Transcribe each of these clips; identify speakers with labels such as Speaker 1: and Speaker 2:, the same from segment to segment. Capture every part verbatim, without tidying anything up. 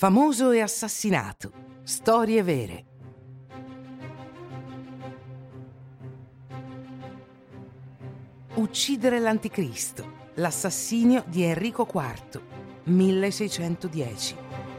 Speaker 1: Famoso e assassinato. Storie vere. Uccidere l'Anticristo. L'assassinio di Enrico quarto, milleseicentodieci.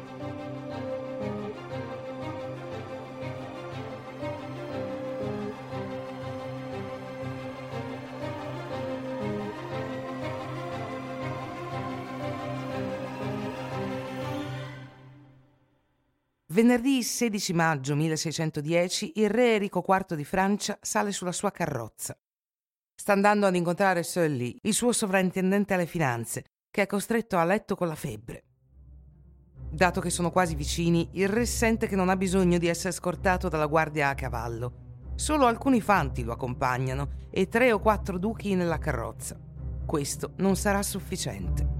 Speaker 1: Venerdì sedici maggio milleseicentodieci il re Enrico quarto di Francia sale sulla sua carrozza. Sta andando ad incontrare Sully, il suo sovrintendente alle finanze, che è costretto a letto con la febbre. Dato che sono quasi vicini, il re sente che non ha bisogno di essere scortato dalla guardia a cavallo. Solo alcuni fanti lo accompagnano e tre o quattro duchi nella carrozza. Questo non sarà sufficiente.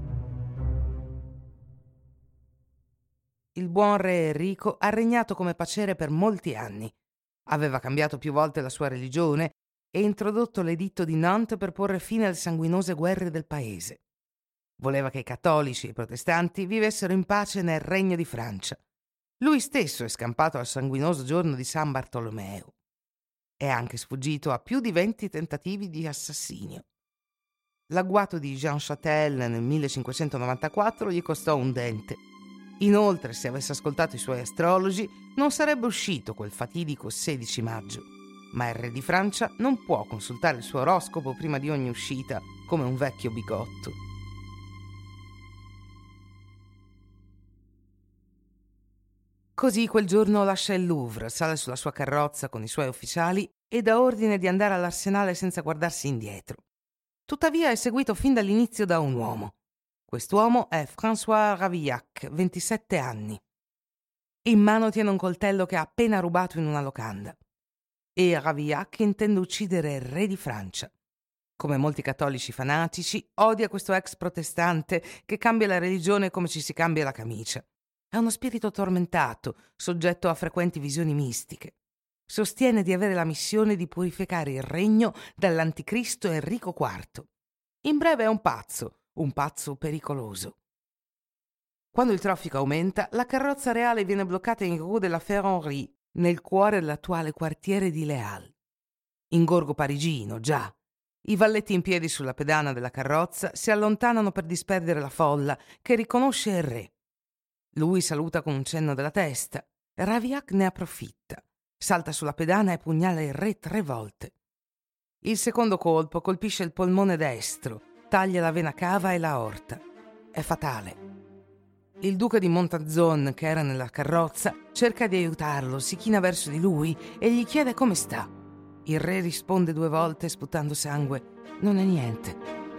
Speaker 1: Il buon re Enrico ha regnato come paciere per molti anni. Aveva cambiato più volte la sua religione e introdotto l'editto di Nantes per porre fine alle sanguinose guerre del paese. Voleva che i cattolici e i protestanti vivessero in pace nel regno di Francia. Lui stesso è scampato al sanguinoso giorno di San Bartolomeo. È anche sfuggito a più di venti tentativi di assassinio. L'agguato di Jean Châtel nel millecinquecentonovantaquattro gli costò un dente. Inoltre, se avesse ascoltato i suoi astrologi, non sarebbe uscito quel fatidico sedici maggio. Ma il re di Francia non può consultare il suo oroscopo prima di ogni uscita, come un vecchio bigotto. Così quel giorno lascia il Louvre, sale sulla sua carrozza con i suoi ufficiali e dà ordine di andare all'arsenale senza guardarsi indietro. Tuttavia è seguito fin dall'inizio da un uomo. Quest'uomo è François Ravaillac, ventisette anni. In mano tiene un coltello che ha appena rubato in una locanda. E Ravaillac intende uccidere il re di Francia. Come molti cattolici fanatici, odia questo ex protestante che cambia la religione come ci si cambia la camicia. È uno spirito tormentato, soggetto a frequenti visioni mistiche. Sostiene di avere la missione di purificare il regno dall'anticristo Enrico quarto. In breve è un pazzo, un pazzo pericoloso. Quando il traffico aumenta, la carrozza reale viene bloccata in Rue de la Ferronnerie, nel cuore dell'attuale quartiere di Les Halles. Ingorgo parigino, già. I valletti in piedi sulla pedana della carrozza si allontanano per disperdere la folla che riconosce il re. Lui saluta con un cenno della testa. Ravaillac ne approfitta. Salta sulla pedana e pugnala il re tre volte. Il secondo colpo colpisce il polmone destro, taglia la vena cava e l'aorta. È fatale. Il duca di Montazon, che era nella carrozza, cerca di aiutarlo, si china verso di lui e gli chiede come sta. Il re risponde due volte sputando sangue: non è niente.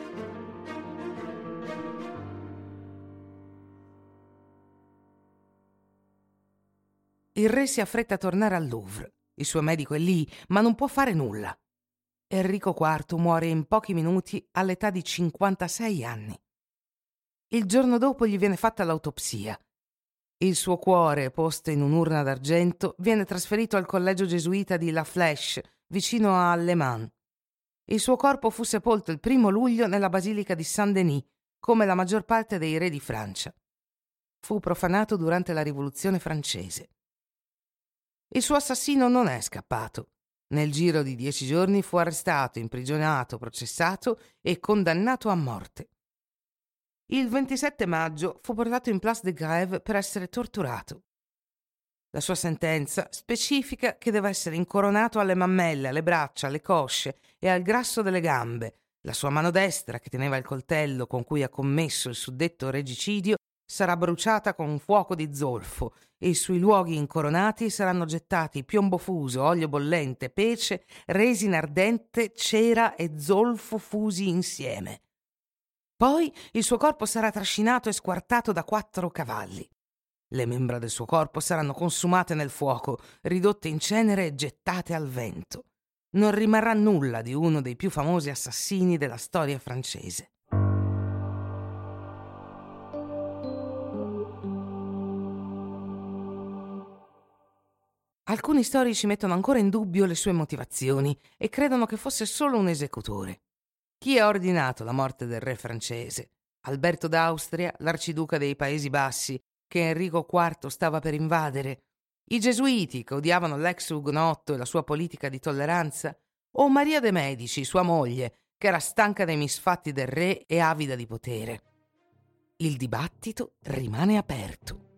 Speaker 1: Il re si affretta a tornare al Louvre. Il suo medico è lì, ma non può fare nulla. Enrico quarto muore in pochi minuti all'età di cinquantasei anni. Il giorno dopo gli viene fatta l'autopsia. Il suo cuore, posto in un'urna d'argento, viene trasferito al collegio gesuita di La Flèche, vicino a Le Mans. Il suo corpo fu sepolto il primo luglio nella basilica di Saint-Denis, come la maggior parte dei re di Francia. Fu profanato durante la Rivoluzione francese. Il suo assassino non è scappato. Nel giro di dieci giorni fu arrestato, imprigionato, processato e condannato a morte. Il ventisette maggio fu portato in Place de Grève per essere torturato. La sua sentenza specifica che deve essere incoronato alle mammelle, alle braccia, alle cosce e al grasso delle gambe. La sua mano destra, che teneva il coltello con cui ha commesso il suddetto regicidio, sarà bruciata con un fuoco di zolfo e sui luoghi incoronati saranno gettati piombo fuso, olio bollente, pece, resina ardente, cera e zolfo fusi insieme. Poi il suo corpo sarà trascinato e squartato da quattro cavalli. Le membra del suo corpo saranno consumate nel fuoco, ridotte in cenere e gettate al vento. Non rimarrà nulla di uno dei più famosi assassini della storia francese. Alcuni storici mettono ancora in dubbio le sue motivazioni e credono che fosse solo un esecutore. Chi ha ordinato la morte del re francese? Alberto d'Austria, l'arciduca dei Paesi Bassi, che Enrico quarto stava per invadere? I gesuiti, che odiavano l'ex ugonotto e la sua politica di tolleranza? O Maria de' Medici, sua moglie, che era stanca dei misfatti del re e avida di potere? Il dibattito rimane aperto.